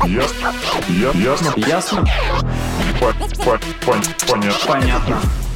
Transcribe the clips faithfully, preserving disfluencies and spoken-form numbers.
Ясно. Ясно. Ясно. Понятно. Понятно.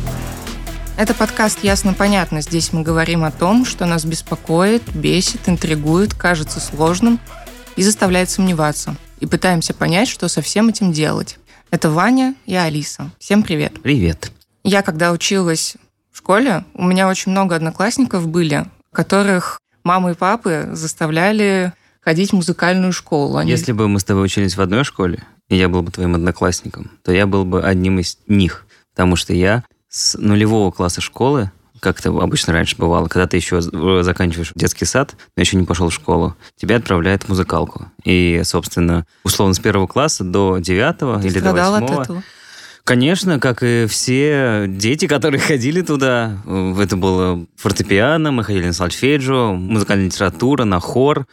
Это подкаст «Ясно-понятно». Здесь мы говорим о том, что нас беспокоит, бесит, интригует, кажется сложным и заставляет сомневаться. И пытаемся понять, что со всем этим делать. Это Ваня и Алиса. Всем привет. Привет. Я, когда училась в школе, у меня очень много одноклассников были, которых мамы и папы заставляли ходить в музыкальную школу. Они... Если бы мы с тобой учились в одной школе, и я был бы твоим одноклассником, то я был бы одним из них. Потому что я с нулевого класса школы, как это обычно раньше бывало, когда ты еще заканчиваешь детский сад, но еще не пошел в школу, тебя отправляют в музыкалку. И, собственно, условно, с первого класса до девятого Ты или до страдал восьмого... от этого? Конечно, как и все дети, которые ходили туда. Это было фортепиано, мы ходили на сольфеджио, музыкальная литература, на хор.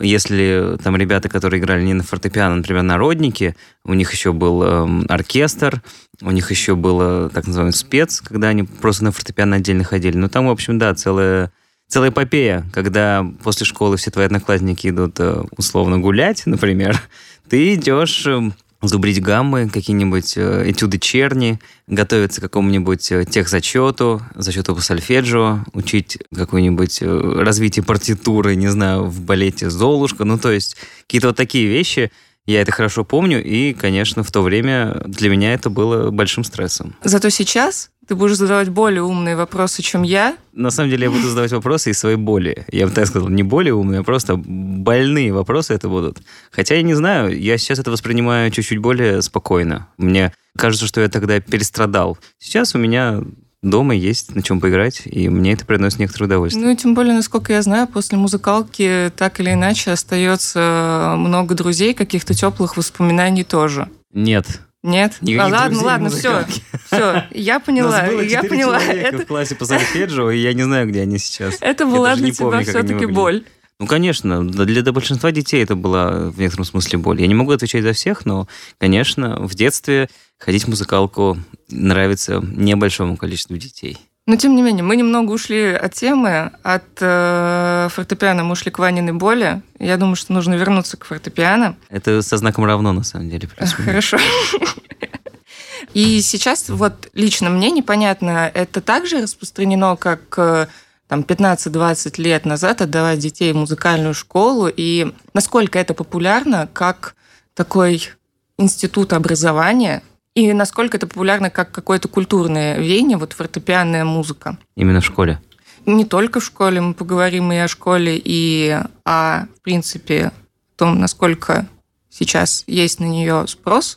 Если там ребята, которые играли не на фортепиано, например, народники, у них еще был э, оркестр, у них еще было так называемый спец, когда они просто на фортепиано отдельно ходили. Ну, там, в общем, да, целая, целая эпопея, когда после школы все твои одноклассники идут э, условно гулять, например, ты идешь... Э, зубрить гаммы, какие-нибудь э, этюды черни, готовиться к какому-нибудь э, техзачету, зачету по сольфеджио, учить какое-нибудь э, развитие партитуры, не знаю, в балете «Золушка». Ну, то есть какие-то вот такие вещи. Я это хорошо помню, и, конечно, в то время для меня это было большим стрессом. Зато сейчас ты будешь задавать более умные вопросы, чем я. На самом деле я буду задавать вопросы из своей боли. Я бы так сказал, не более умные, а просто больные вопросы это будут. Хотя я не знаю, я сейчас это воспринимаю чуть-чуть более спокойно. Мне кажется, что я тогда перестрадал. Сейчас у меня дома есть на чем поиграть, и мне это приносит некоторое удовольствие. Ну и тем более, насколько я знаю, после музыкалки так или иначе остается много друзей, каких-то теплых воспоминаний тоже. Нет. Нет? А, ладно, ладно, все, все, я поняла, Нас было я четыре поняла. человека Это... в классе по сольфеджио, и я не знаю, где они сейчас. Это Я была даже для не тебя помню, как они все-таки выглядят. боль. Ну, конечно, для, для большинства детей это была в некотором смысле боль. Я не могу отвечать за всех, но, конечно, в детстве ходить в музыкалку нравится небольшому количеству детей. Но, тем не менее, мы немного ушли от темы, от э, фортепиано мы ушли к Ваниной боли. Я думаю, что нужно вернуться к фортепиано. Это со знаком равно, на самом деле. Хорошо. И сейчас вот лично мне непонятно, это также распространено, как там пятнадцать-двадцать лет назад отдавать детей в музыкальную школу, и насколько это популярно как такой институт образования, и насколько это популярно как какое-то культурное веяние, вот фортепианная музыка. Именно в школе? Не только в школе, мы поговорим и о школе, и о, в принципе, том, насколько сейчас есть на нее спрос.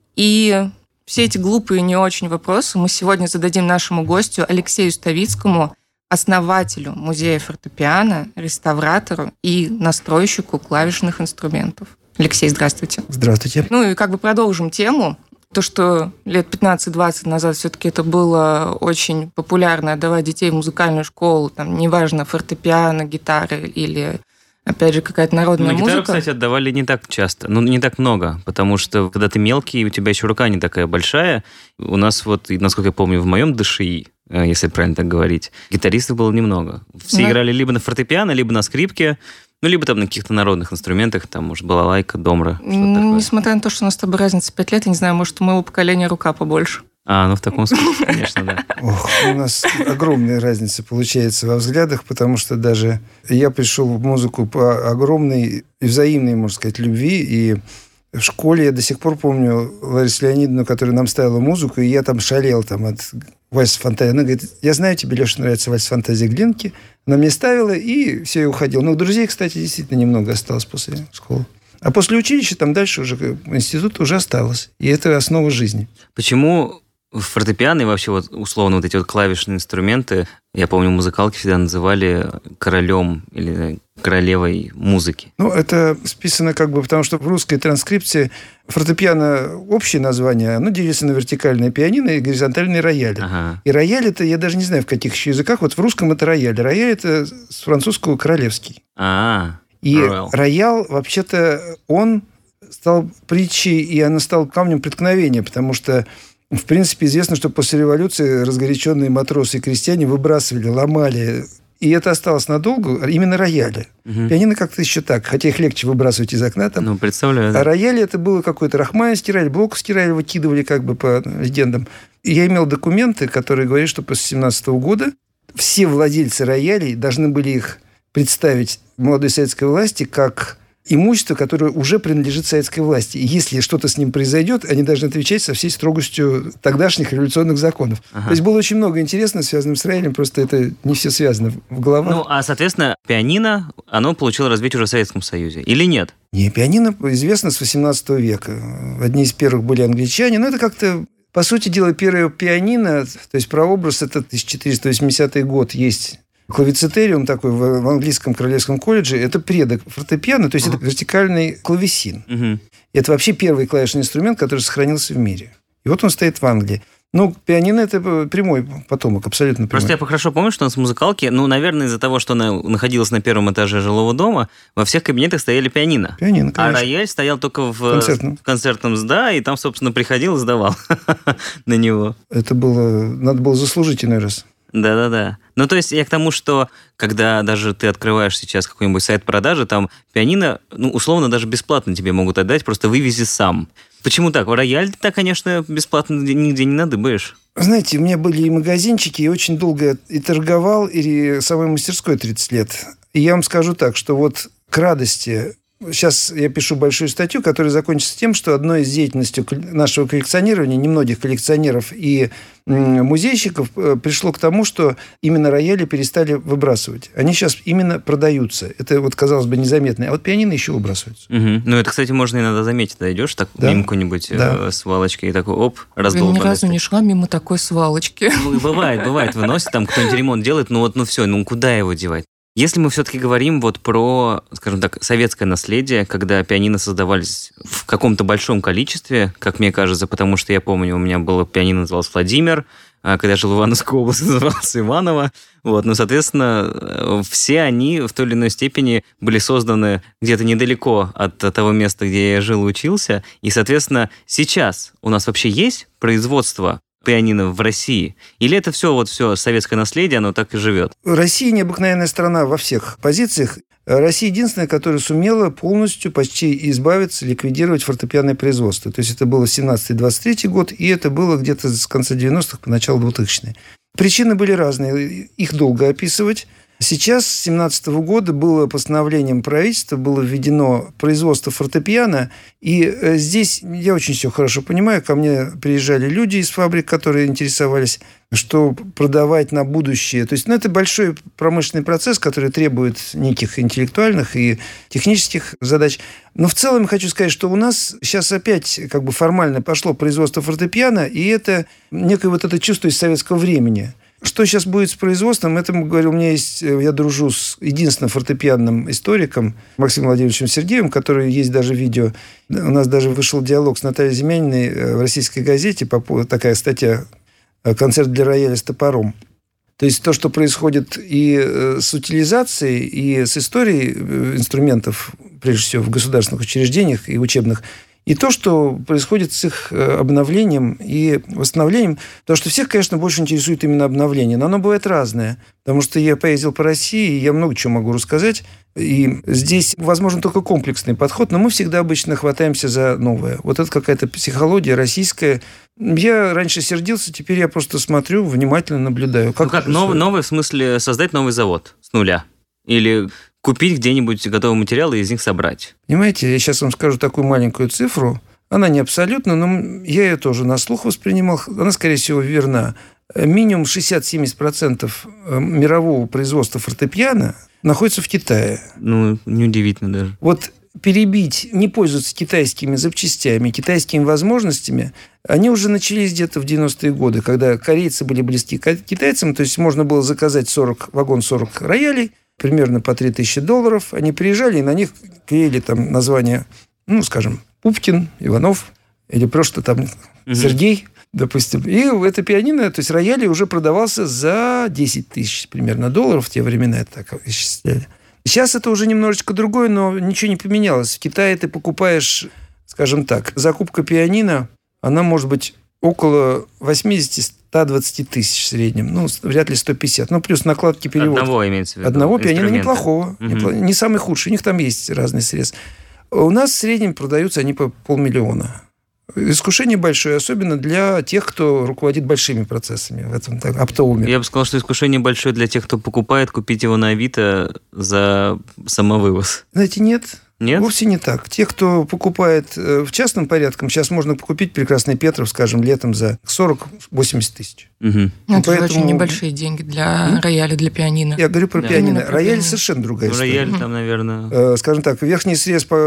И все эти глупые не очень вопросы мы сегодня зададим нашему гостю Алексею Ставицкому, основателю музея фортепиано, реставратору и настройщику клавишных инструментов. Алексей, здравствуйте. Здравствуйте. Ну и как бы продолжим тему. То, что лет пятнадцать-двадцать назад все-таки это было очень популярно отдавать детей в музыкальную школу, там, неважно, фортепиано, гитары или, опять же, какая-то народная ну, музыка. Гитару, кстати, отдавали не так часто, ну, не так много, потому что, когда ты мелкий, у тебя еще рука не такая большая. У нас вот, насколько я помню, в моем ДШИ, если правильно так говорить, гитаристов было немного. Все да. играли либо на фортепиано, либо на скрипке, ну, либо там на каких-то народных инструментах, там, может, балалайка, домра, что-то ну, такое. Несмотря на то, что у нас с тобой разница пять лет, я не знаю, может, у моего поколения рука побольше. А, ну в таком смысле, конечно, да. Ох, у нас огромная разница получается во взглядах, потому что даже я пришел в музыку по огромной и взаимной, можно сказать, любви, и в школе я до сих пор помню Ларису Леонидовну, которая нам ставила музыку, и я там шалел там, от вальса фантазии. Она говорит, я знаю, тебе, Леша, нравится вальс фантазии Глинки. Она мне ставила, и все, я уходил. Но друзей, кстати, действительно немного осталось после школы. А после училища там дальше уже институт уже осталось. И это основа жизни. Почему фортепиано и вообще вот условно вот эти вот клавишные инструменты, я помню, музыкалки всегда называли королем или королевой музыки? Ну, это списано как бы, потому что в русской транскрипции фортепиано общее название, оно делится на вертикальное пианино и горизонтальный рояль. Ага. И рояль это, я даже не знаю, в каких еще языках, вот в русском это рояль. Рояль это с французского королевский. А, и royal. Роял, вообще-то, он стал притчей, и он стал камнем преткновения, потому что в принципе, известно, что после революции разгоряченные матросы и крестьяне выбрасывали, ломали и это осталось надолго, именно рояли. Угу. Пианино как-то еще так, хотя их легче выбрасывать из окна. Там. Ну, представляю. Да. А рояли это было какой-то Рахманинский рояль, Блоковский рояль выкидывали как бы по легендам. И я имел документы, которые говорят, что после семнадцатого года все владельцы роялей должны были их представить молодой советской власти как имущество, которое уже принадлежит советской власти. И если что-то с ним произойдет, они должны отвечать со всей строгостью тогдашних революционных законов. Ага. То есть было очень много интересного, связанного с роялем, просто это не все связано в головах. Ну, а, соответственно, пианино, оно получило развитие уже в Советском Союзе, или нет? Не, пианино известно с восемнадцатого века. Одни из первых были англичане, но это как-то... По сути дела, первое пианино, то есть прообраз, это тысяча четыреста восьмидесятый год, есть клавицетериум такой в английском королевском колледже, это предок фортепиано, то есть uh-huh. это вертикальный клавесин. Uh-huh. Это вообще первый клавишный инструмент, который сохранился в мире. И вот он стоит в Англии. Ну, пианино – это прямой потомок, абсолютно прямой. Просто я хорошо помню, что у нас в музыкалке, ну, наверное, из-за того, что она находилась на первом этаже жилого дома, во всех кабинетах стояли пианино. Пианино, конечно. А рояль стоял только в концертном, в концертном да, и там, собственно, приходил и сдавал на него. Это было... Надо было заслужить иной раз. Да-да-да. Ну, то есть я к тому, что когда даже ты открываешь сейчас какой-нибудь сайт продажи, там пианино, ну, условно, даже бесплатно тебе могут отдать, просто вывези сам. Почему так? Рояль ты, конечно, бесплатно нигде не надыбаешь. Знаете, у меня были и магазинчики, и очень долго и торговал, и самой мастерской тридцать лет. И я вам скажу так, что вот к радости... Сейчас я пишу большую статью, которая закончится тем, что одной из деятельностей нашего коллекционирования, немногих коллекционеров и музейщиков, пришло к тому, что именно рояли перестали выбрасывать. Они сейчас именно продаются. Это, вот, казалось бы, незаметно. А вот пианино еще выбрасываются. Угу. Ну, это, кстати, можно иногда заметить. Ты идешь так, да? Мимо какой-нибудь да. свалочки и такой, оп, раздолбанный. Я ни разу не шла мимо такой свалочки. Ну, бывает, бывает. Выносит, там кто-нибудь ремонт делает, ну вот, ну все, ну куда его девать? Если мы все-таки говорим вот про, скажем так, советское наследие, когда пианино создавались в каком-то большом количестве, как мне кажется, потому что я помню, у меня было пианино, называлось Владимир, а когда я жил в Ивановской области, назывался Иваново. Вот, ну, соответственно, все они в той или иной степени были созданы где-то недалеко от того места, где я жил и учился. И, соответственно, сейчас у нас вообще есть производство пианино в России? Или это все вот все советское наследие, оно так и живет? Россия необыкновенная страна во всех позициях. Россия единственная, которая сумела полностью почти избавиться, ликвидировать фортепианное производство. То есть это было семнадцатый двадцать третий год, и это было где-то с конца девяностых по началу двухтысячных. Причины были разные, их долго описывать. Сейчас, с семнадцатого года, было постановлением правительства, было введено производство фортепиано, и здесь я очень все хорошо понимаю, ко мне приезжали люди из фабрик, которые интересовались, что продавать на будущее. То есть, ну, это большой промышленный процесс, который требует неких интеллектуальных и технических задач. Но в целом хочу сказать, что у нас сейчас опять как бы формально пошло производство фортепиано, и это некое вот это чувство из советского времени. Что сейчас будет с производством, это, говорю, у меня есть, я дружу с единственным фортепианным историком Максимом Владимировичем Сергеевым, который есть даже видео. У нас даже вышел диалог с Натальей Земяниной в российской газете, такая статья «Концерт для рояля с топором». То есть то, что происходит и с утилизацией, и с историей инструментов, прежде всего в государственных учреждениях и учебных, и то, что происходит с их обновлением и восстановлением. Потому что всех, конечно, больше интересует именно обновление. Но оно бывает разное. Потому что я поездил по России, и я много чего могу рассказать. И здесь возможен только комплексный подход, но мы всегда обычно хватаемся за новое. Вот это какая-то психология российская. Я раньше сердился, теперь я просто смотрю, внимательно наблюдаю. Как, ну как новый, новый, в смысле создать новый завод с нуля? Или купить где-нибудь готовые материалы и из них собрать? Понимаете, я сейчас вам скажу такую маленькую цифру. Она не абсолютно, но я ее тоже на слух воспринимал. Она, скорее всего, верна. Минимум шестьдесят-семьдесят процентов мирового производства фортепиано находится в Китае. Ну, неудивительно даже. Вот перебить, не пользоваться китайскими запчастями, китайскими возможностями, они уже начались где-то в девяностые годы, когда корейцы были близки к китайцам, то есть можно было заказать сорок, вагон сорок роялей, примерно по три тысячи долларов. Они приезжали, и на них клеили там названия, ну, скажем, Пупкин, Иванов, или просто там угу. Сергей, допустим. И это пианино, то есть рояль уже продавался за десять тысяч примерно долларов. В те времена это так исчисляли. Сейчас это уже немножечко другое, но ничего не поменялось. В Китае ты покупаешь, скажем так, закупка пианино, она может быть около восемьдесят ста двадцати тысяч в среднем. Ну, вряд ли сто пятьдесят. Ну, плюс накладки, перевод. Одного имеется в виду? Одного пианино неплохого. Угу. Неплох... Не самый худший. У них там есть разные средства. У нас в среднем продаются они по полмиллиона. Искушение большое, особенно для тех, кто руководит большими процессами в этом так, оптовыми. Я бы сказал, что искушение большое для тех, кто покупает, купить его на Авито за самовывоз. Знаете, нет. Нет? Вовсе не так. Те, кто покупает в частном порядке, сейчас можно купить прекрасный Петров, скажем, летом за сорок-восемьдесят тысяч. Угу. Ну, это Поэтому... же очень небольшие деньги для М? рояля, для пианино. Я говорю про Да. пианино. Про Рояль пианино. совершенно другая Ну, история. рояль там, наверное... Э, Скажем так, верхний срез по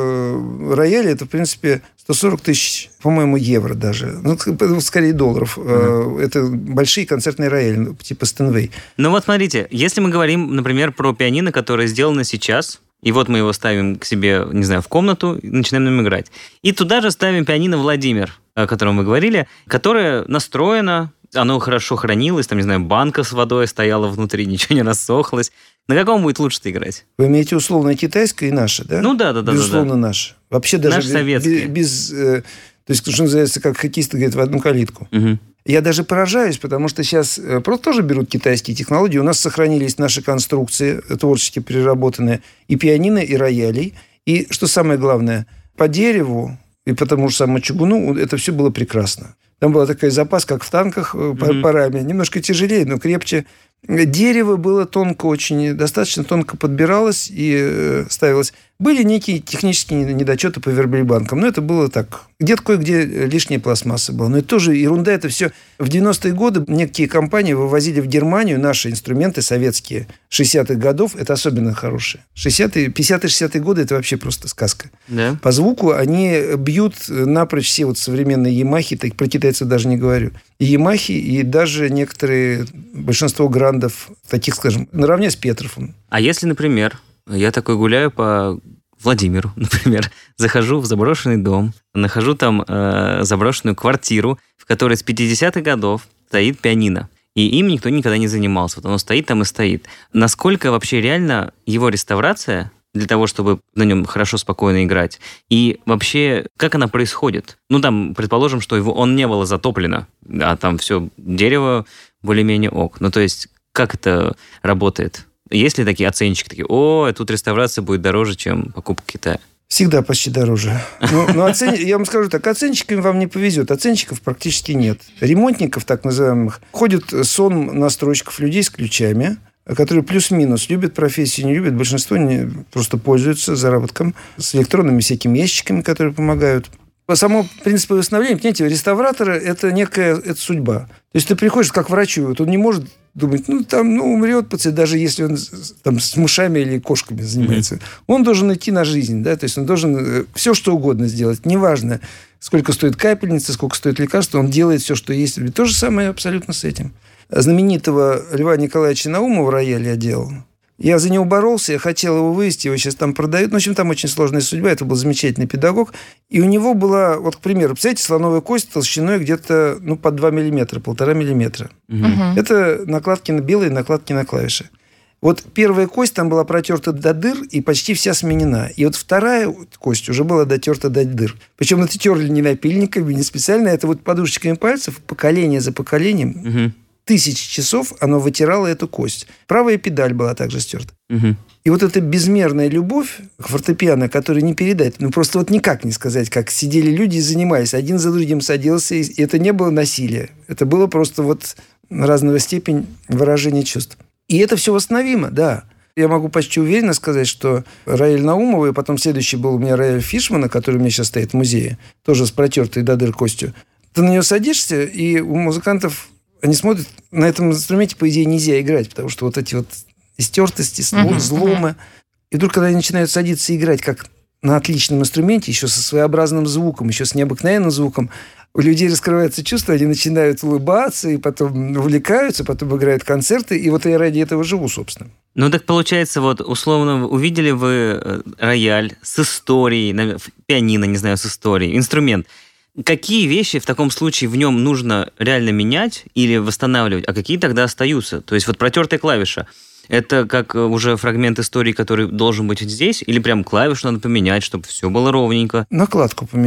роялю это, в принципе, сто сорок тысяч, по-моему, евро даже. Ну, скорее, долларов. Uh-huh. Это большие концертные рояли, типа Стэнвей. Ну вот смотрите, если мы говорим, например, про пианино, которое сделано сейчас, и вот мы его ставим к себе, не знаю, в комнату и начинаем на нем играть. И туда же ставим пианино «Владимир», о котором мы говорили, которое настроено, оно хорошо хранилось, там, не знаю, банка с водой стояла внутри, ничего не рассохлось. На каком будет лучше-то играть? Вы имеете условно китайское и наше, да? Ну да, да, да. Безусловно, да, да. наше. Вообще даже Наш без, советский. без, э, то есть, что называется, как хоккеисты говорят, в одну калитку. Угу. Я даже поражаюсь, потому что сейчас э, просто тоже берут китайские технологии. У нас сохранились наши конструкции, творчески переработанные, и пианино, и роялей. И, что самое главное, по дереву и по тому же самому чугуну это все было прекрасно. Там была такая запас, как в танках, mm-hmm. парами. Немножко тяжелее, но крепче. Дерево было тонко очень, достаточно тонко подбиралось и э, ставилось. Были некие технические недочеты по верблюбанкам, но это было так. Где-то кое-где лишняя пластмасса была. Но это тоже ерунда, это все. В девяностые годы некие компании вывозили в Германию наши инструменты советские шестидесятых годов. Это особенно хорошие. шестидесятые, пятидесятые-шестидесятые годы – это вообще просто сказка. Да. По звуку они бьют напрочь все вот современные Ямахи, так про китайцев даже не говорю. И Ямахи, и даже некоторые, большинство грандов, таких, скажем, наравне с Петровым. А если, например, я такой гуляю по Владимиру, например, захожу в заброшенный дом, нахожу там э, заброшенную квартиру, в которой с пятидесятых годов стоит пианино, и им никто никогда не занимался. Вот оно стоит там и стоит. Насколько вообще реально его реставрация для того, чтобы на нем хорошо, спокойно играть? И вообще, как она происходит? Ну, там, предположим, что его, он не было затоплено, а там все дерево более-менее ок. Ну, то есть, как это работает? Есть ли такие оценщики, такие, о, тут реставрация будет дороже, чем покупка в Китае? Всегда почти дороже. Но, но оцен... я вам скажу так, оценщикам вам не повезет. Оценщиков практически нет. Ремонтников, так называемых, ходит сон настройщиков, людей с ключами, которые плюс-минус любят профессию, не любят. Большинство не, просто пользуются заработком с электронными всякими ящиками, которые помогают. По самому принципу восстановления, понимаете, реставратора – это некая это судьба. То есть ты приходишь как врачу, вот он не может думать, ну, там, ну, умрет пациент, даже если он там, с мышами или кошками занимается. Mm-hmm. Он должен идти на жизнь, да, то есть он должен все, что угодно сделать. Неважно, сколько стоит капельница, сколько стоит лекарство, он делает все, что есть. То же самое абсолютно с этим. Знаменитого Льва Николаевича Наумова рояль я делал. Я за него боролся, я хотел его вывести, его сейчас там продают. Ну, в общем, там очень сложная судьба. Это был замечательный педагог. И у него была, вот, к примеру, представляете, слоновая кость толщиной где-то, ну, под два миллиметра, полтора миллиметра. Угу. Это накладки на белые, накладки на клавиши. Вот первая кость там была протерта до дыр и почти вся сменена. И вот вторая кость уже была дотерта до дыр. Причем это терли не напильниками, не специально. Это вот подушечками пальцев, поколение за поколением. Угу. Тысячи часов оно вытирало эту кость. Правая педаль была также стерта. Угу. И вот эта безмерная любовь к фортепиано, которую не передать, ну просто вот никак не сказать, как сидели люди и занимались. Один за другим садился, и это не было насилие. Это было просто вот разного степени выражения чувств. И это все восстановимо, да. Я могу почти уверенно сказать, что рояль Наумова, и потом следующий был у меня рояль Фишмана, который у меня сейчас стоит в музее, тоже с протертой до дыр костью. Ты на нее садишься, и у музыкантов... Они смотрят, на этом инструменте, по идее, нельзя играть, потому что вот эти вот истертости, взломы. И вдруг, когда они начинают садиться и играть, как на отличном инструменте, еще со своеобразным звуком, еще с необыкновенным звуком, у людей раскрывается чувство, они начинают улыбаться, и потом увлекаются, потом играют концерты, и вот я ради этого живу, собственно. Ну, так получается, вот, условно, увидели вы рояль с историей, пианино, не знаю, с историей, инструмент. Какие вещи в таком случае в нем нужно реально менять или восстанавливать, а какие тогда остаются? То есть вот протертая клавиша, это как уже фрагмент истории, который должен быть здесь, или прям клавишу надо поменять, чтобы все было ровненько? Накладку поменять.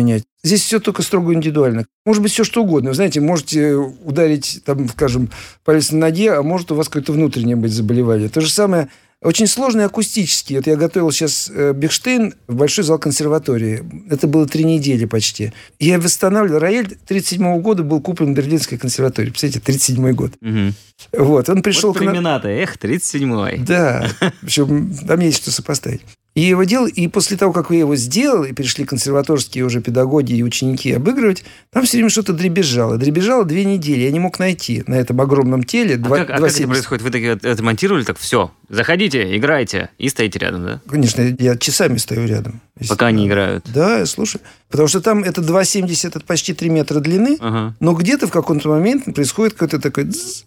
Здесь все только строго индивидуально. Может быть, все что угодно. Вы знаете, можете ударить, там, скажем, палец на ноге, а может у вас какое-то внутреннее быть заболевание. То же самое. Очень сложный акустический. Вот я готовил сейчас Бехштейн в большой зал консерватории. Это было три недели почти. Я восстанавливал. Рояль тридцать седьмого года был куплен в Берлинской консерватории. Представляете, тридцать седьмой год. Угу. Вот, он пришел... Вот времена-то, эх, тридцать седьмой. Да, причем там есть что сопоставить. И я его делал, и после того, как я его сделал, и пришли консерваторские уже педагоги и ученики обыгрывать, там все время что-то дребезжало. Дребезжало две недели. Я не мог найти на этом огромном теле. А, два, как, а как это происходит? Вы так это монтировали, так все, заходите, играйте, и стоите рядом, да? Конечно, я часами стою рядом. Пока они играют. Да, я слушаю. Потому что там это два семьдесят, это почти три метра длины, ага. Но где-то в каком-то момент происходит какой-то такой...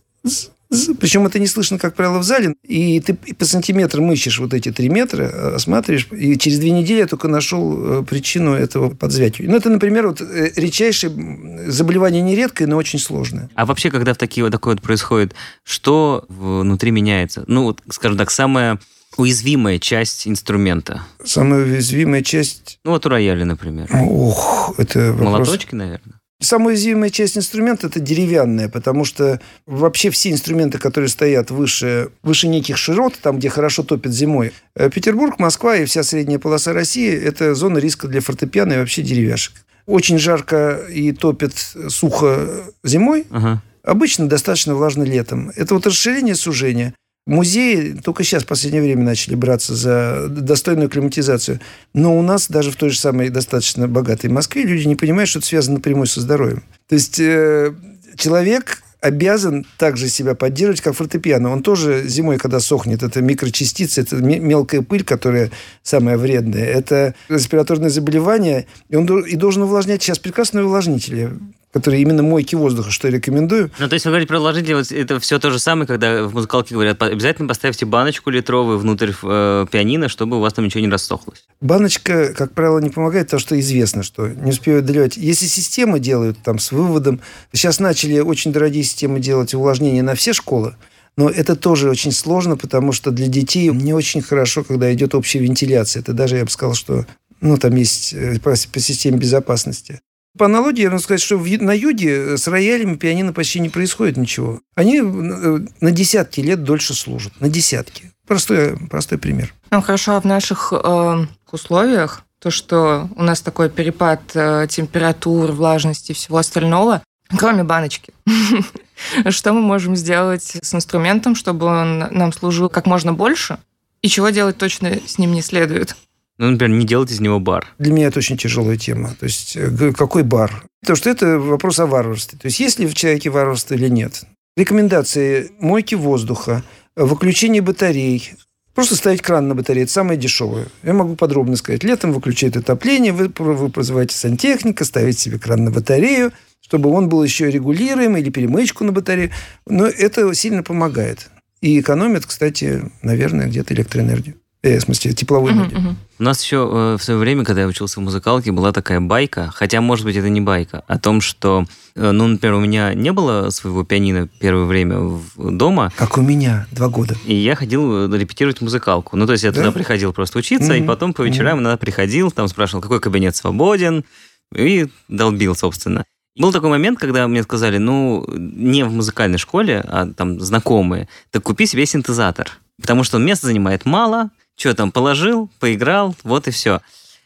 Причем это не слышно, как правило, в зале. И ты по сантиметрам ищешь вот эти три метра, осматриваешь. И через две недели я только нашел причину этого подзвякивания. Ну, это, например, вот редчайшее заболевание, нередкое, но очень сложное. А вообще, когда в такие, вот такое вот происходит, что внутри меняется? Ну, вот, скажем так, самая уязвимая часть инструмента. Самая уязвимая часть... Ну, вот у рояля, например. Ох, это вопрос... Молоточки, наверное. Самая уязвимая часть инструмента – это деревянная, потому что вообще все инструменты, которые стоят выше, выше неких широт, там, где хорошо топит зимой, Петербург, Москва и вся средняя полоса России – это зона риска для фортепиано и вообще деревяшек. Очень жарко и топит сухо зимой, ага. Обычно достаточно влажно летом. Это вот расширение сужения. Музеи только сейчас в последнее время начали браться за достойную акклиматизацию. Но у нас даже в той же самой достаточно богатой Москве люди не понимают, что это связано напрямую со здоровьем. То есть э, человек обязан также себя поддерживать, как фортепиано. Он тоже зимой, когда сохнет, это микрочастицы, это мелкая пыль, которая самая вредная. Это респираторное заболевание. И он и должен увлажнять. Сейчас прекрасные увлажнители, которые именно мойки воздуха, что я рекомендую. Ну, то есть, вы говорите про увлажнители, вот это все то же самое, когда в музыкалке говорят, обязательно поставьте баночку литровую внутрь э, пианино, чтобы у вас там ничего не рассохлось. Баночка, как правило, не помогает, потому что известно, что не успевают доливать. Если системы делают там с выводом, сейчас начали очень дорогие системы делать увлажнение на все школы, но это тоже очень сложно, потому что для детей не очень хорошо, когда идет общая вентиляция. Это даже, я бы сказал, что ну, там есть по, по системе безопасности. По аналогии, я могу сказать, что в, на юге с роялями, пианино почти не происходит ничего. Они на десятки лет дольше служат. На десятки. Простой, простой пример. Ну, хорошо, а в наших э, условиях, то, что у нас такой перепад э, температур, влажности и всего остального, кроме баночки, что мы можем сделать с инструментом, чтобы он нам служил как можно больше? И чего делать точно с ним не следует? Ну, например, не делать из него бар. Для меня это очень тяжелая тема. То есть, какой бар? Потому что это вопрос о варварстве. То есть, есть ли в человеке варварство или нет? Рекомендации мойки воздуха, выключение батарей. Просто ставить кран на батарее. Это самое дешевое. Я могу подробно сказать. Летом выключает отопление, вы, вы прозываете сантехника, ставите себе кран на батарею, чтобы он был еще регулируемый, или перемычку на батарею. Но это сильно помогает. И экономит, кстати, наверное, где-то электроэнергию. В смысле, тепловой энергии. Uh-huh, uh-huh. У нас еще э, в свое время, когда я учился в музыкалке, была такая байка, хотя, может быть, это не байка, о том, что, э, ну, например, у меня не было своего пианино первое время в, дома. Как у меня, два года. И я ходил репетировать музыкалку. Ну, то есть я да? туда приходил просто учиться, uh-huh. и потом по вечерам uh-huh. иногда приходил, там спрашивал, какой кабинет свободен, и долбил, собственно. Был такой момент, когда мне сказали, ну, не в музыкальной школе, а там знакомые, так купи себе синтезатор, потому что он места занимает мало. Что там, положил, поиграл, вот и все.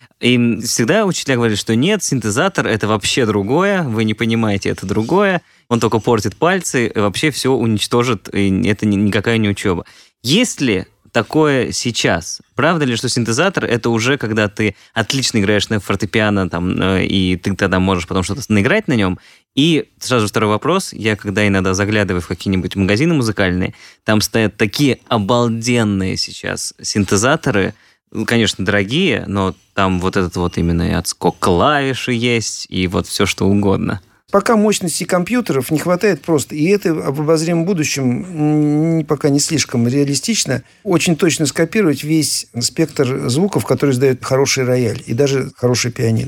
И всегда учителя говорили, что нет, синтезатор – это вообще другое, вы не понимаете, это другое, он только портит пальцы, и вообще все уничтожит, и это никакая не учеба. Есть ли такое сейчас? Правда ли, что синтезатор – это уже когда ты отлично играешь на фортепиано, там, и ты тогда можешь потом что-то наиграть на нем? И сразу второй вопрос. Я когда иногда заглядываю в какие-нибудь магазины музыкальные, там стоят такие обалденные сейчас синтезаторы, конечно, дорогие, но там вот этот вот именно и отскок клавиши есть, и вот все что угодно. Пока мощности компьютеров не хватает просто, и это в обозримом будущем пока не слишком реалистично, очень точно скопировать весь спектр звуков, которые издает хороший рояль и даже хорошее пианино.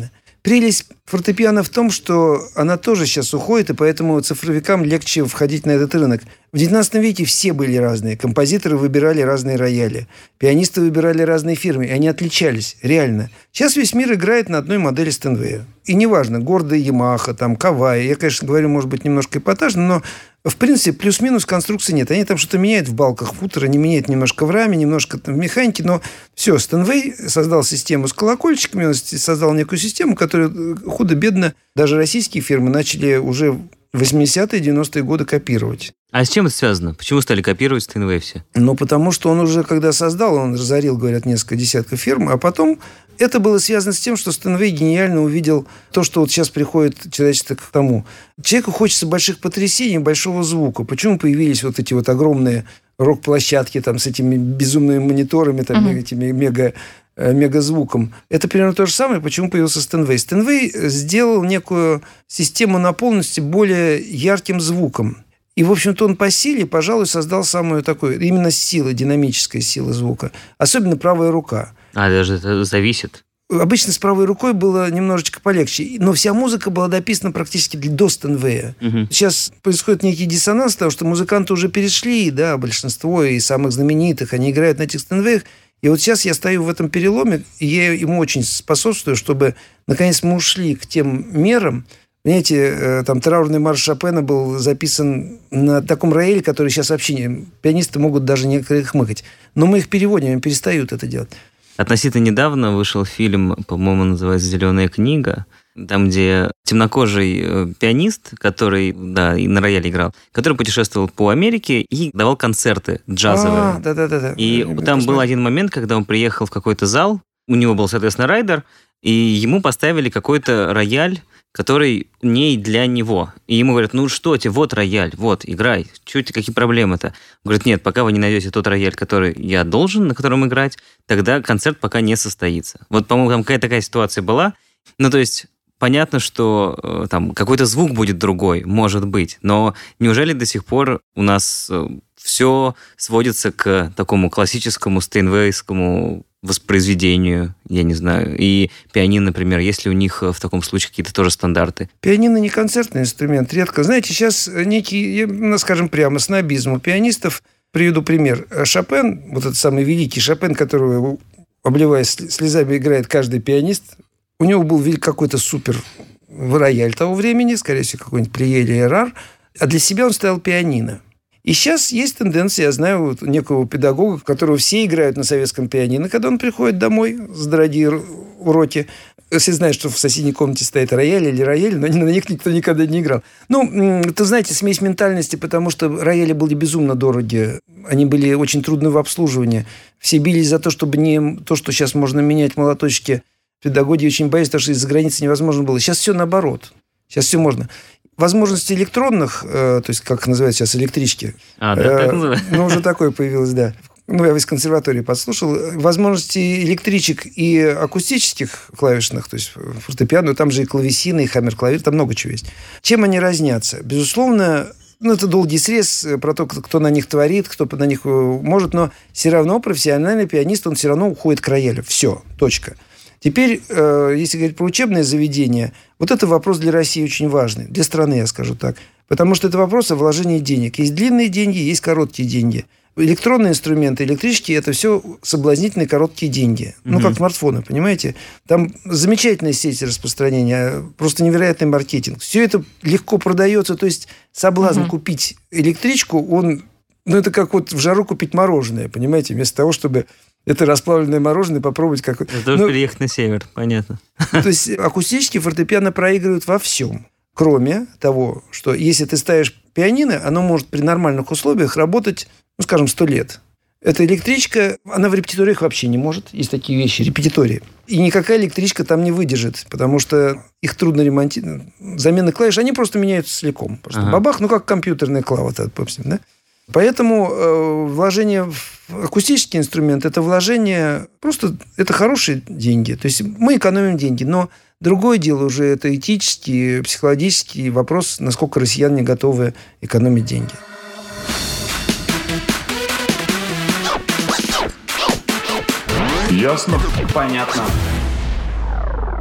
Прелесть фортепиано в том, что она тоже сейчас уходит, и поэтому цифровикам легче входить на этот рынок. В девятнадцатом веке все были разные. Композиторы выбирали разные рояли. Пианисты выбирали разные фирмы, и они отличались, реально. Сейчас весь мир играет на одной модели Стeinway. И неважно, Гордо, Ямаха, там, Кавай. Я, конечно, говорю, может быть, немножко эпатажно, но в принципе плюс-минус конструкции нет. Они там что-то меняют в балках футера, они меняют немножко в раме, немножко там в механике, но все, Steinway создал систему с колокольчиками, он создал некую систему, которую худо-бедно даже российские фирмы начали уже в восьмидесятые, девяностые годы копировать. А с чем это связано? Почему стали копировать Steinway все? Ну, потому что он уже, когда создал, он разорил, говорят, несколько десятков фирм, а потом это было связано с тем, что Steinway гениально увидел то, что вот сейчас приходит человечество к тому. Человеку хочется больших потрясений, большого звука. Почему появились вот эти вот огромные рок-площадки там с этими безумными мониторами, там, uh-huh. этими мега, мегазвуком? Это примерно то же самое, почему появился Steinway. Steinway сделал некую систему наполненности более ярким звуком. И, в общем-то, он по силе, пожалуй, создал самую такую, именно силу, динамическая сила звука. Особенно правая рука. А, даже это зависит? Обычно с правой рукой было немножечко полегче. Но вся музыка была дописана практически до Steinway. Угу. Сейчас происходит некий диссонанс, потому что музыканты уже перешли, да, большинство и самых знаменитых, они играют на этих Steinway. И вот сейчас я стою в этом переломе, и я ему очень способствую, чтобы, наконец, мы ушли к тем мерам. Знаете, там траурный марш Шопена был записан на таком рояле, который сейчас вообще не... Пианисты могут даже некоторые хмыкать. Но мы их переводим, они перестают это делать. Относительно недавно вышел фильм, по-моему, называется «Зеленая книга», там, где темнокожий пианист, который, да, и на рояле играл, который путешествовал по Америке и давал концерты джазовые. А, да-да-да. И я там был один момент, когда он приехал в какой-то зал, у него был, соответственно, райдер, и ему поставили какой-то рояль, который не для него. И ему говорят, ну что тебе, вот рояль, вот, играй. Чё тебе, какие проблемы-то? Он говорит, нет, пока вы не найдете тот рояль, который я должен, на котором играть, тогда концерт пока не состоится. Вот, по-моему, там какая-то такая ситуация была. Ну, то есть, понятно, что э, там какой-то звук будет другой, может быть, но неужели до сих пор у нас э, все сводится к такому классическому стейнвейскому воспроизведению, я не знаю, и пианино, например, есть ли у них в таком случае какие-то тоже стандарты? Пианино не концертный инструмент, редко. Знаете, сейчас некий, ну, скажем прямо, снобизм у пианистов. Приведу пример. Шопен, вот этот самый великий Шопен, которого, обливаясь слезами, играет каждый пианист, у него был какой-то супер рояль того времени, скорее всего, какой-нибудь Плие или Эрар, а для себя он ставил пианино. И сейчас есть тенденция, я знаю вот некого педагога, которого все играют на советском пианино, когда он приходит домой с дорогие уроки. Все знают, что в соседней комнате стоит рояль или рояль, но на них никто никогда не играл. Ну, это, знаете, смесь ментальности, потому что рояли были безумно дороги. Они были очень трудны в обслуживании. Все бились за то, чтобы не то, что сейчас можно менять молоточки. Педагоги очень боялись, потому что из-за границы невозможно было. Сейчас все наоборот. Сейчас все можно. Возможности электронных, э, то есть, как называют сейчас, электрички. А, да, так называют. Э, ну, уже такое появилось, да. Ну, я из консерватории подслушал. Возможности электричек и акустических клавишных, то есть фортепиано, там же и клавесины, и хаммер-клавир, там много чего есть. Чем они разнятся? Безусловно, ну, это долгий срез про то, кто на них творит, кто на них может, но все равно профессиональный пианист, он все равно уходит к роялю. Все, точка. Теперь, э, если говорить про учебное заведение, вот это вопрос для России очень важный, для страны, я скажу так. Потому что это вопрос о вложении денег. Есть длинные деньги, есть короткие деньги. Электронные инструменты, электрички – это все соблазнительные короткие деньги. Mm-hmm. Ну, как смартфоны, понимаете? Там замечательная сеть распространения, просто невероятный маркетинг. Все это легко продается. То есть соблазн mm-hmm. купить электричку, он... Ну, это как вот в жару купить мороженое, понимаете? Вместо того, чтобы... Это расплавленное мороженое, попробовать как... Это ну, переехать на север, понятно. То есть акустические фортепиано проигрывают во всем. Кроме того, что если ты ставишь пианино, оно может при нормальных условиях работать, ну, скажем, сто лет. Эта электричка, она в репетиториях вообще не может. Есть такие вещи, репетитории. И никакая электричка там не выдержит, потому что их трудно ремонтировать. Замены клавиш, они просто меняются целиком. Просто ага. бабах, ну, как компьютерная клава, допустим, да? Поэтому э, вложение в акустический инструмент – это вложение, просто это хорошие деньги. То есть мы экономим деньги, но другое дело уже это этический, психологический вопрос, насколько россияне готовы экономить деньги. Ясно? Понятно.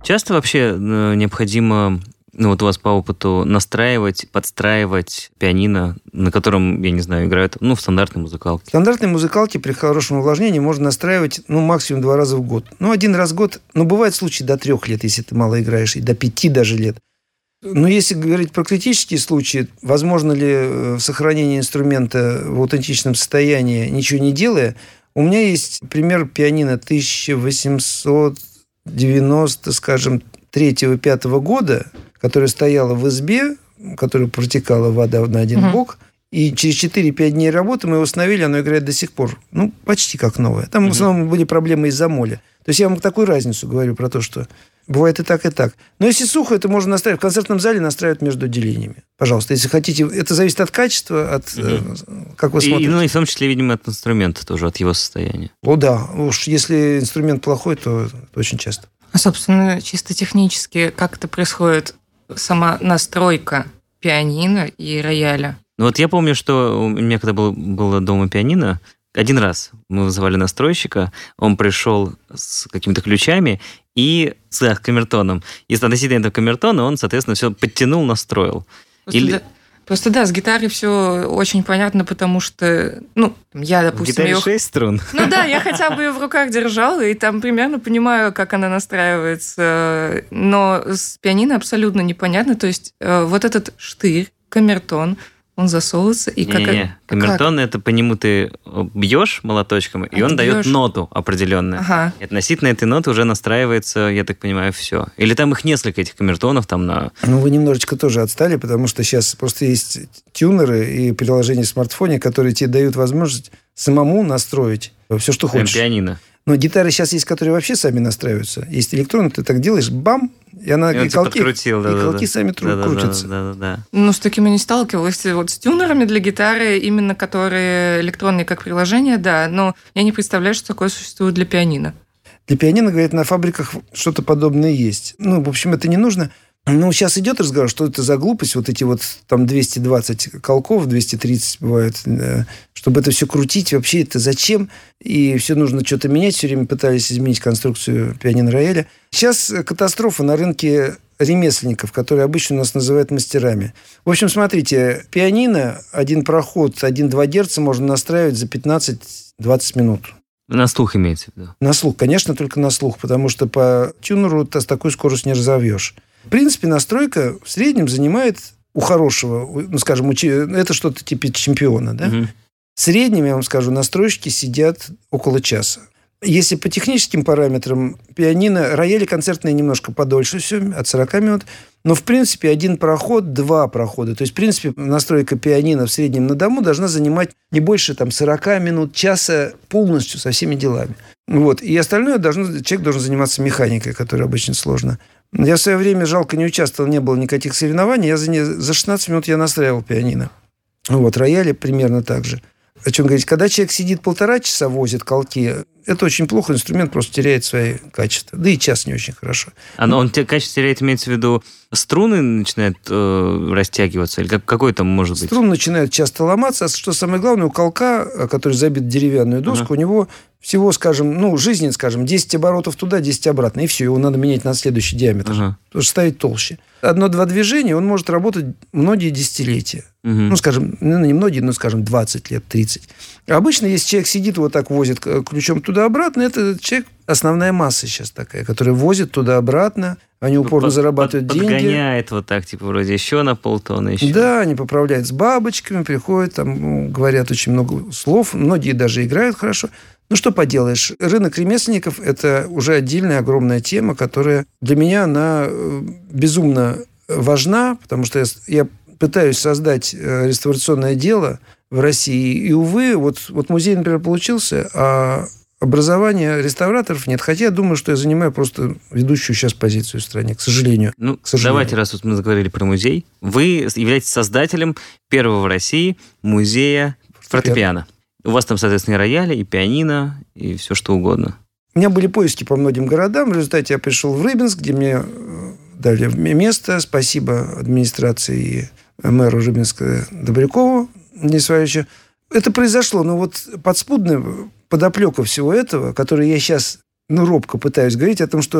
Часто вообще необходимо, ну вот у вас по опыту, настраивать, подстраивать пианино, на котором, я не знаю, играют, ну, в стандартной музыкалке? В стандартной музыкалке при хорошем увлажнении можно настраивать, ну, максимум два раза в год. Ну, один раз в год, ну, бывают случаи до трех лет, если ты мало играешь, и до пяти даже лет. Но если говорить про критические случаи, возможно ли сохранение инструмента в аутентичном состоянии, ничего не делая, у меня есть пример пианино тысяча восемьсот девяносто, скажем, третьего-пятого года, которая стояла в избе, в которой протекала вода на один uh-huh. бок, и через четыре-пять дней работы мы его установили, оно играет до сих пор. Ну, почти как новое. Там uh-huh. в основном были проблемы из-за моля. То есть я вам такую разницу говорю про то, что бывает и так, и так. Но если сухо, это можно настраивать. В концертном зале настраивать между отделениями. Пожалуйста, если хотите. Это зависит от качества, от uh-huh. как вы смотрите. И, ну, и в том числе, видимо, от инструмента тоже, от его состояния. О, да. Уж если инструмент плохой, то это очень часто. А, собственно, чисто технически, как это происходит, сама настройка пианино и рояля? Ну вот я помню, что у меня когда было, было дома пианино, один раз мы вызывали настройщика, он пришел с какими-то ключами и с камертоном. И относительно этого камертона он, соответственно, все подтянул, настроил. Просто, Или... да, просто да, с гитарой все очень понятно, потому что, ну, я, допустим... В гитаре ее... шесть струн? Ну да, я хотя бы ее в руках держала, и там примерно понимаю, как она настраивается. Но с пианино абсолютно непонятно. То есть вот этот штырь, камертон, он засовывается, и как... Не-не, камертон, как? Это по нему ты бьешь молоточком, и а он дает бьешь? Ноту определенную. Ага. И относительно этой ноты уже настраивается, я так понимаю, все. Или там их несколько, этих камертонов там на... Ну, вы немножечко тоже отстали, потому что сейчас просто есть тюнеры и приложения в смартфоне, которые тебе дают возможность самому настроить все, что хочешь. Прям пианино. Но гитары сейчас есть, которые вообще сами настраиваются. Есть электронные, ты так делаешь, бам, и она и, и колки, подкрутил, да, и да, колки да. сами да, крутятся. Да, да, да, да. Ну, с таким я не сталкивалась. Вот с тюнерами для гитары, именно которые электронные как приложения, да. Но я не представляю, что такое существует для пианино. Для пианино, говорят, на фабриках что-то подобное есть. Ну, в общем, это не нужно. Ну, сейчас идет разговор, что это за глупость, вот эти вот там двести двадцать колков, двести тридцать бывает, чтобы это все крутить, вообще это зачем? И все нужно что-то менять, все время пытались изменить конструкцию пианино-рояля. Сейчас катастрофа на рынке ремесленников, которые обычно у нас называют мастерами. В общем, смотрите, пианино, один проход, один-два герца можно настраивать за пятнадцать-двадцать минут. На слух имеется в виду? На слух, конечно, только на слух, потому что по тюнеру ты с такой скоростью не разовьешь. В принципе, настройка в среднем занимает у хорошего, ну, скажем, это что-то типа чемпиона, да? Угу. В среднем, я вам скажу, настройщики сидят около часа. Если по техническим параметрам пианино, рояли концертные немножко подольше все, от сорок минут, но, в принципе, один проход, два прохода. То есть, в принципе, настройка пианино в среднем на дому должна занимать не больше там, сорок минут, часа полностью со всеми делами. Вот. И остальное должно, человек должен заниматься механикой, которая обычно сложна. Я в свое время, жалко, не участвовал, не было никаких соревнований. Я за, не, за шестнадцать минут я настраивал пианино. Вот, рояли примерно так же. О чем говорить? Когда человек сидит полтора часа, возит колки, это очень плохо, инструмент просто теряет свои качества. Да и час не очень хорошо. А он качество теряет, имеется в виду, струны начинают э, растягиваться? Или как, какой там может быть? Струны начинают часто ломаться. А что самое главное, у колка, который забит в деревянную доску, uh-huh. у него всего, скажем, ну, жизнь, скажем, десять оборотов туда, десять обратно. И все, его надо менять на следующий диаметр. Uh-huh. Потому что ставить толще. Одно-два движения, он может работать многие десятилетия. Uh-huh. Ну, скажем, ну, не многие, но, скажем, двадцать лет, тридцать. Обычно, если человек сидит вот так, возит ключом туда-обратно, это человек, основная масса сейчас такая, которая возит туда-обратно, они упорно под, зарабатывают под, деньги. Подгоняет вот так, типа, вроде еще на полтонны. Еще. Да, они поправляют с бабочками, приходят, там говорят очень много слов, многие даже играют хорошо. Ну, что поделаешь, рынок ремесленников – это уже отдельная огромная тема, которая для меня, она безумно важна, потому что я, я пытаюсь создать реставрационное дело в России, и, увы, вот, вот музей, например, получился, а образования реставраторов нет. Хотя я думаю, что я занимаю просто ведущую сейчас позицию в стране, к сожалению. Ну, к сожалению. Давайте, раз вот мы заговорили про музей. Вы являетесь создателем первого в России музея фортепиано. У вас там, соответственно, и рояли, и пианино, и все что угодно. У меня были поиски по многим городам. В результате я пришел в Рыбинск, где мне дали место. Спасибо администрации и мэру Рыбинска Добрякову Денису Ивановичу. Это произошло, но вот подспудная подоплека всего этого, которую я сейчас, ну, робко пытаюсь говорить, о том, что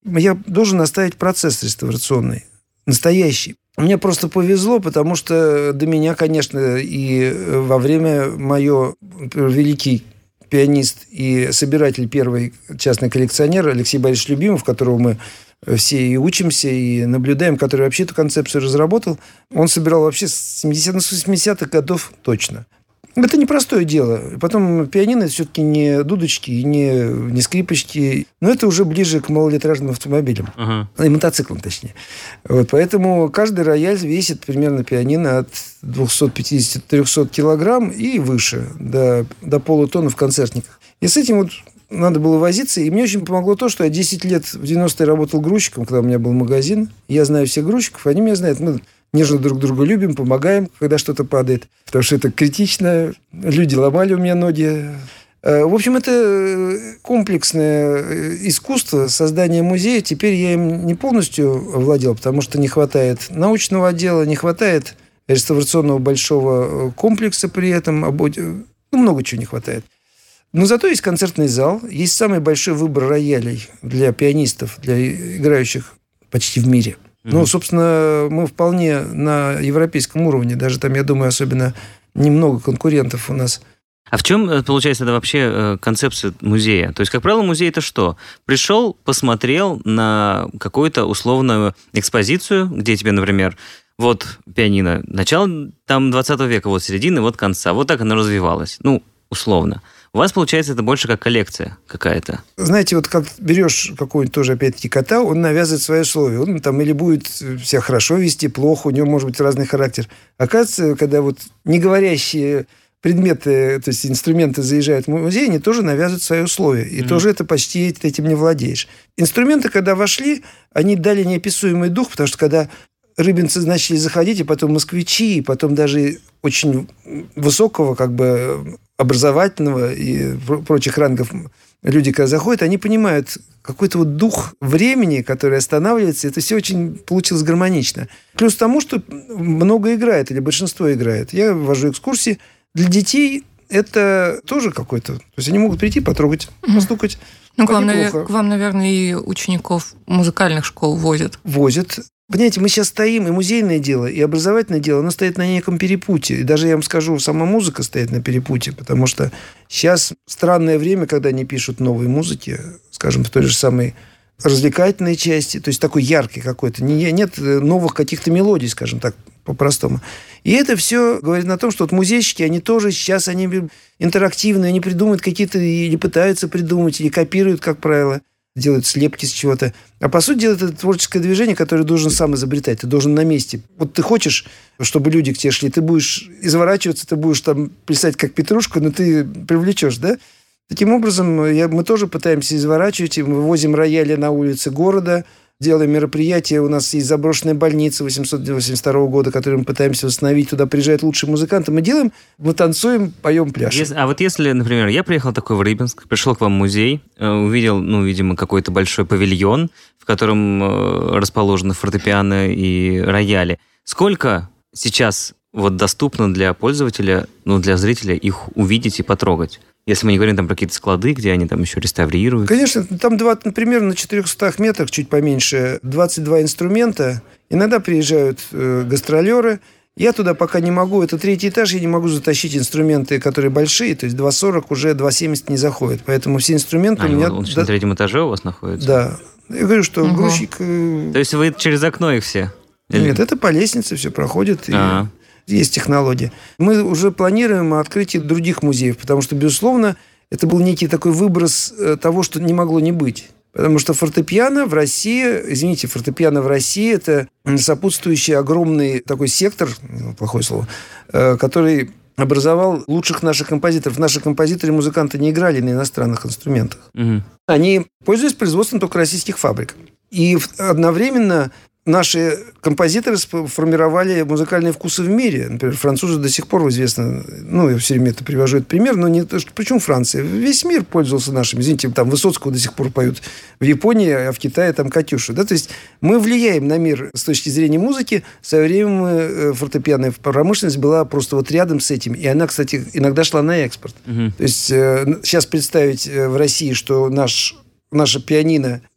я должен оставить процесс реставрационный, настоящий. Мне просто повезло, потому что до меня, конечно, и во время мое великий пианист и собиратель, первый частный коллекционер Алексей Борисович Любимов, которого мы все и учимся, и наблюдаем, который вообще эту концепцию разработал, он собирал вообще с семидесятых, восьмидесятых годов точно. Это непростое дело. Потом пианино – это все-таки не дудочки, не, не скрипочки, но это уже ближе к малолитражным автомобилям. Uh-huh. И мотоциклам, точнее. Вот, поэтому каждый рояль весит примерно пианино от двести пятьдесят до трехсот килограмм и выше, до, до полутонны в концертниках. И с этим вот надо было возиться. И мне очень помогло то, что я десять лет в девяностые работал грузчиком, когда у меня был магазин. Я знаю всех грузчиков, они меня знают. Мы нежно друг друга любим, помогаем, когда что-то падает. Потому что это критично. Люди ломали у меня ноги. В общем, это комплексное искусство создания музея. Теперь я им не полностью овладел, потому что не хватает научного отдела, не хватает реставрационного большого комплекса при этом. Ну, много чего не хватает. Но зато есть концертный зал, есть самый большой выбор роялей для пианистов, для играющих почти в мире. Mm-hmm. Ну, собственно, мы вполне на европейском уровне. Даже там, я думаю, особенно немного конкурентов у нас. А в чем, получается, это вообще концепция музея? То есть, как правило, музей – это что? Пришел, посмотрел на какую-то условную экспозицию, где тебе, например, вот пианино начало там двадцатого века, вот середины, вот конца. Вот так оно развивалось. Ну, условно. У вас, получается, это больше как коллекция какая-то. Знаете, вот как берешь какого-нибудь тоже, опять-таки, кота, он навязывает свои условия. Он там или будет себя хорошо вести, плохо, у него может быть разный характер. Оказывается, когда вот неговорящие предметы, то есть инструменты заезжают в музей, они тоже навязывают свои условия. И mm-hmm. тоже это почти этим не владеешь. Инструменты, когда вошли, они дали неописуемый дух, потому что когда рыбинцы начали заходить, и потом москвичи, и потом даже очень высокого как бы образовательного и прочих рангов люди, когда заходят, они понимают какой-то вот дух времени, который останавливается. Это все очень получилось гармонично. Плюс к тому, что много играет, или большинство играет. Я вожу экскурсии. Для детей это тоже какой-то... То есть они могут прийти, потрогать, постукать. Ну, к вам, навер... к вам, наверное, и учеников музыкальных школ возят. Возят. Понимаете, мы сейчас стоим, и музейное дело, и образовательное дело, оно стоит на неком перепутье. И даже, я вам скажу, сама музыка стоит на перепутье, потому что сейчас странное время, когда они пишут новые музыки, скажем, в той же самой развлекательной части, то есть такой яркий какой-то. Нет новых каких-то мелодий, скажем так, по-простому. И это все говорит о том, что вот музейщики, они тоже сейчас, они интерактивные, они придумывают какие-то, или пытаются придумать, или копируют, как правило, делают слепки с чего-то. А по сути дела, это творческое движение, которое должен сам изобретать. Ты должен на месте. Вот ты хочешь, чтобы люди к тебе шли, ты будешь изворачиваться, ты будешь там плясать как петрушка, но ты привлечешь, да? Таким образом, я, мы тоже пытаемся изворачивать. Мы вывозим рояли на улицы города, делаем мероприятия. У нас есть заброшенная больница восемьсот восемьдесят второго года, которую мы пытаемся восстановить. Туда приезжают лучшие музыканты. Мы делаем, мы танцуем, поем, пляшем. Если, а вот если, например, я приехал такой в Рыбинск, пришел к вам в музей, увидел, ну, видимо, какой-то большой павильон, в котором расположены фортепиано и рояли. Сколько сейчас вот доступно для пользователя, ну, для зрителя их увидеть и потрогать? Если мы не говорим там про какие-то склады, где они там еще реставрируют. Конечно, там, например, на четырехстах метрах, чуть поменьше, двадцать два инструмента. Иногда приезжают э, гастролеры. Я туда пока не могу. Это третий этаж, я не могу затащить инструменты, которые большие. То есть два сорок, уже два семьдесят не заходит. Поэтому все инструменты а, у меня... Он да... на третьем этаже у вас находится? Да. Я говорю, что угу. грузчик... Э... То есть вы через окно их все? Или... Нет, это по лестнице все проходит. А-а. И... Есть технология. Мы уже планируем открытие других музеев, потому что, безусловно, это был некий такой выброс того, что не могло не быть. Потому что фортепиано в России, извините, фортепиано в России – это сопутствующий огромный такой сектор, плохое слово, который образовал лучших наших композиторов. Наши композиторы и музыканты не играли на иностранных инструментах. Угу. Они пользовались производством только российских фабрик. И одновременно... Наши композиторы сформировали музыкальные вкусы в мире. Например, французы до сих пор известны, ну, я все время это привожу этот пример, но не то, что, причем Франция? Весь мир пользовался нашими. Извините, там Высоцкого до сих пор поют в Японии, а в Китае там Катюшу. Да? То есть мы влияем на мир с точки зрения музыки. В свое время фортепианная промышленность была просто вот рядом с этим. И она, кстати, иногда шла на экспорт. Угу. То есть э, сейчас представить в России, что наш... наше пианино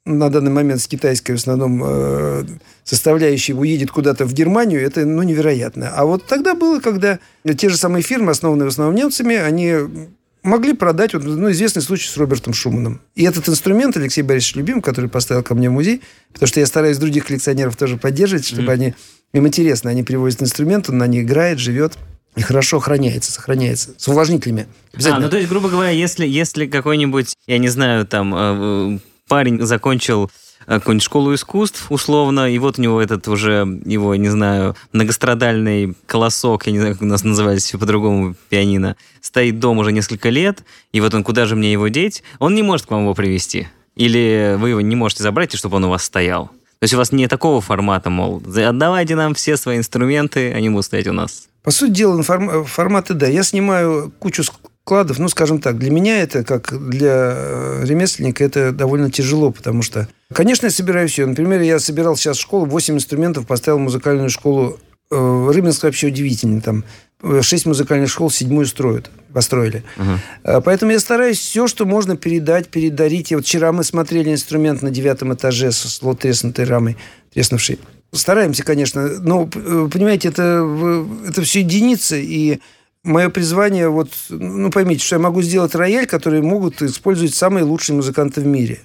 на данный момент с китайской в основном э, составляющей уедет куда-то в Германию, это ну, невероятно. А вот тогда было, когда те же самые фирмы, основанные в основном немцами, они могли продать, вот, ну, известный случай с Робертом Шуманом. И этот инструмент Алексей Борисович Любимов, который поставил ко мне в музей, потому что я стараюсь других коллекционеров тоже поддерживать, чтобы mm-hmm. они... Им интересно, они привозят инструмент, он на них играет, живет. И хорошо охраняется, сохраняется. С увлажнителями. А, ну то есть, грубо говоря, если, если какой-нибудь, я не знаю, там, э, парень закончил какую-нибудь школу искусств, условно, и вот у него этот уже, его, не знаю, многострадальный колосок, я не знаю, как у нас называется все по-другому, пианино, стоит дома уже несколько лет, и вот он, куда же мне его деть? Он не может к вам его привезти. Или вы его не можете забрать, чтобы он у вас стоял. То есть у вас не такого формата, мол, отдавайте нам все свои инструменты, они будут стоять у нас. По сути дела, форматы, да. Я снимаю кучу складов, ну, скажем так, для меня это, как для ремесленника, это довольно тяжело, потому что, конечно, я собираю все. Например, я собирал сейчас в школу, восемь инструментов, поставил музыкальную школу. Рыбинск вообще удивительный, там шесть музыкальных школ, седьмую строят, построили. Uh-huh. Поэтому я стараюсь все, что можно передать, передарить. И вот вчера мы смотрели инструмент на девятом этаже с треснутой рамой, треснувшей. Стараемся, конечно, но, понимаете, это, это все единицы, и мое призвание, вот, ну, поймите, что я могу сделать рояль, который могут использовать самые лучшие музыканты в мире.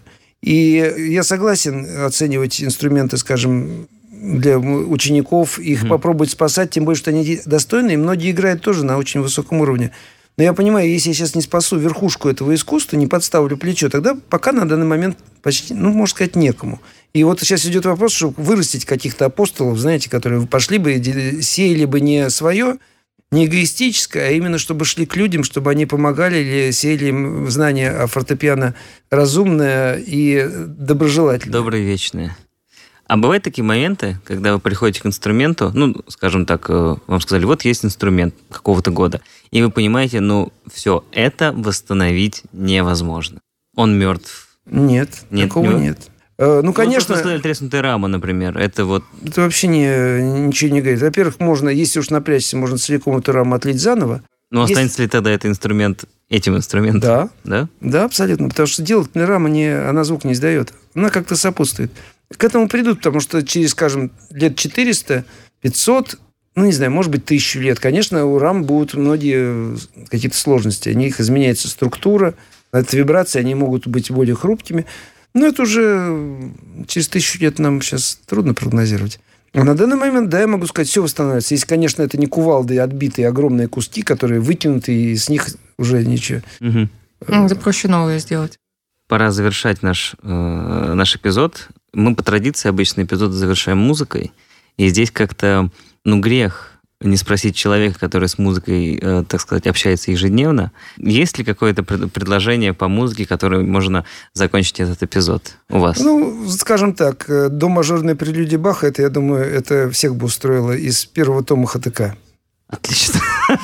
И я согласен оценивать инструменты, скажем, для учеников, их mm-hmm. попробовать спасать, тем более, что они достойны, и многие играют тоже на очень высоком уровне. Но я понимаю, если я сейчас не спасу верхушку этого искусства, не подставлю плечо, тогда пока на данный момент почти, ну, можно сказать, некому. И вот сейчас идет вопрос, чтобы вырастить каких-то апостолов, знаете, которые пошли бы, сеяли бы не свое, не эгоистическое, а именно, чтобы шли к людям, чтобы они помогали или сеяли им знания о фортепиано разумное и доброжелательное. Доброе, вечное. А бывают такие моменты, когда вы приходите к инструменту, ну, скажем так, вам сказали, вот есть инструмент какого-то года, и вы понимаете, ну, все, это восстановить невозможно. Он мертв. Нет, нет такого не... нет. Ну, конечно... Ну, треснутая рама, например, это вот... Это вообще не, ничего не говорит. Во-первых, можно, если уж напрячься, можно целиком эту раму отлить заново. Ну, останется если... ли тогда этот инструмент этим инструментом? Да. Да? Да, абсолютно. Потому что делательная рама, не, она звук не издает. Она как-то сопутствует. К этому придут, потому что через, скажем, лет четыреста, пятьсот, ну, не знаю, может быть, тысячу лет, конечно, у рам будут многие какие-то сложности. У них изменяется структура, это вибрации, они могут быть более хрупкими. Но это уже через тысячу лет нам сейчас трудно прогнозировать. А на данный момент, да, я могу сказать, все восстанавливается. Если, конечно, это не кувалды, отбитые огромные куски, которые вытянуты, и с них уже ничего. Угу. Это проще новое сделать. Пора завершать наш, э, наш эпизод. Мы по традиции обычно эпизод завершаем музыкой. И здесь как-то, ну, грех не спросить человека, который с музыкой, э, так сказать, общается ежедневно. Есть ли какое-то предложение по музыке, которое можно закончить этот эпизод у вас? Ну, скажем так, до мажорной прелюдии Баха, это, я думаю, это всех бы устроило из первого тома ХТК. Отлично.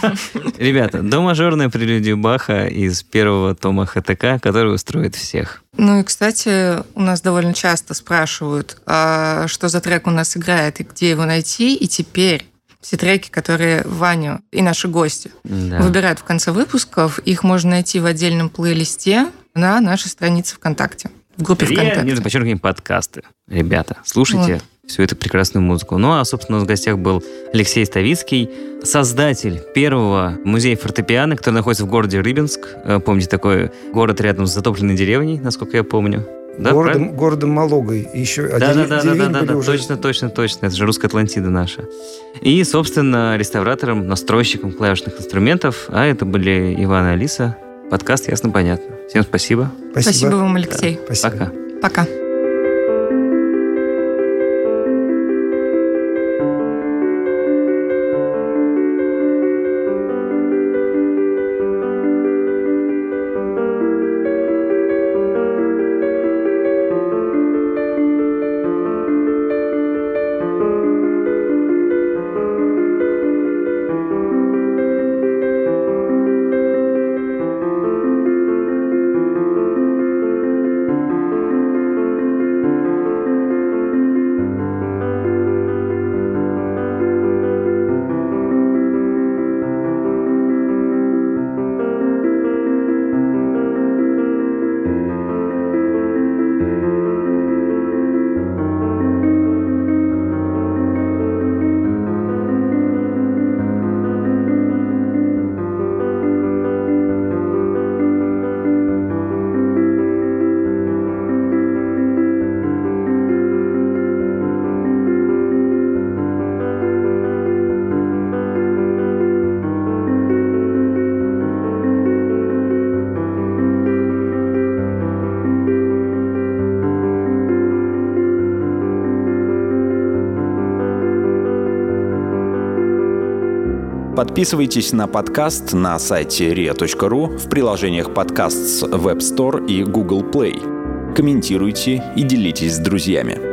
Ребята, до мажорной прелюдии Баха из первого тома ХТК, который устроит всех. Ну и, кстати, у нас довольно часто спрашивают, а что за трек у нас играет и где его найти, и теперь все треки, которые Ваню и наши гости да. выбирают в конце выпусков, их можно найти в отдельном плейлисте на нашей странице ВКонтакте, в группе ВКонтакте. Нижнее подчеркивание подкасты. Ребята, слушайте вот. всю эту прекрасную музыку. Ну, а, собственно, у нас в гостях был Алексей Ставицкий, создатель первого музея фортепиано, который находится в городе Рыбинск. Помните, такой город рядом с затопленной деревней, насколько я помню. Да, городом, городом Малогой. Еще да, да, да, да, да, да, да, уже... точно, точно, точно. Это же русская Атлантида наша. И, собственно, реставратором, настройщиком клавишных инструментов. А это были Иван и Алиса. Подкаст «Ясно-понятно». Всем спасибо. Спасибо, спасибо вам, Алексей. Да, спасибо. Пока. Пока. Подписывайтесь на подкаст на сайте риа точка ру, в приложениях подкаст с Web Store и Google Play. Комментируйте и делитесь с друзьями.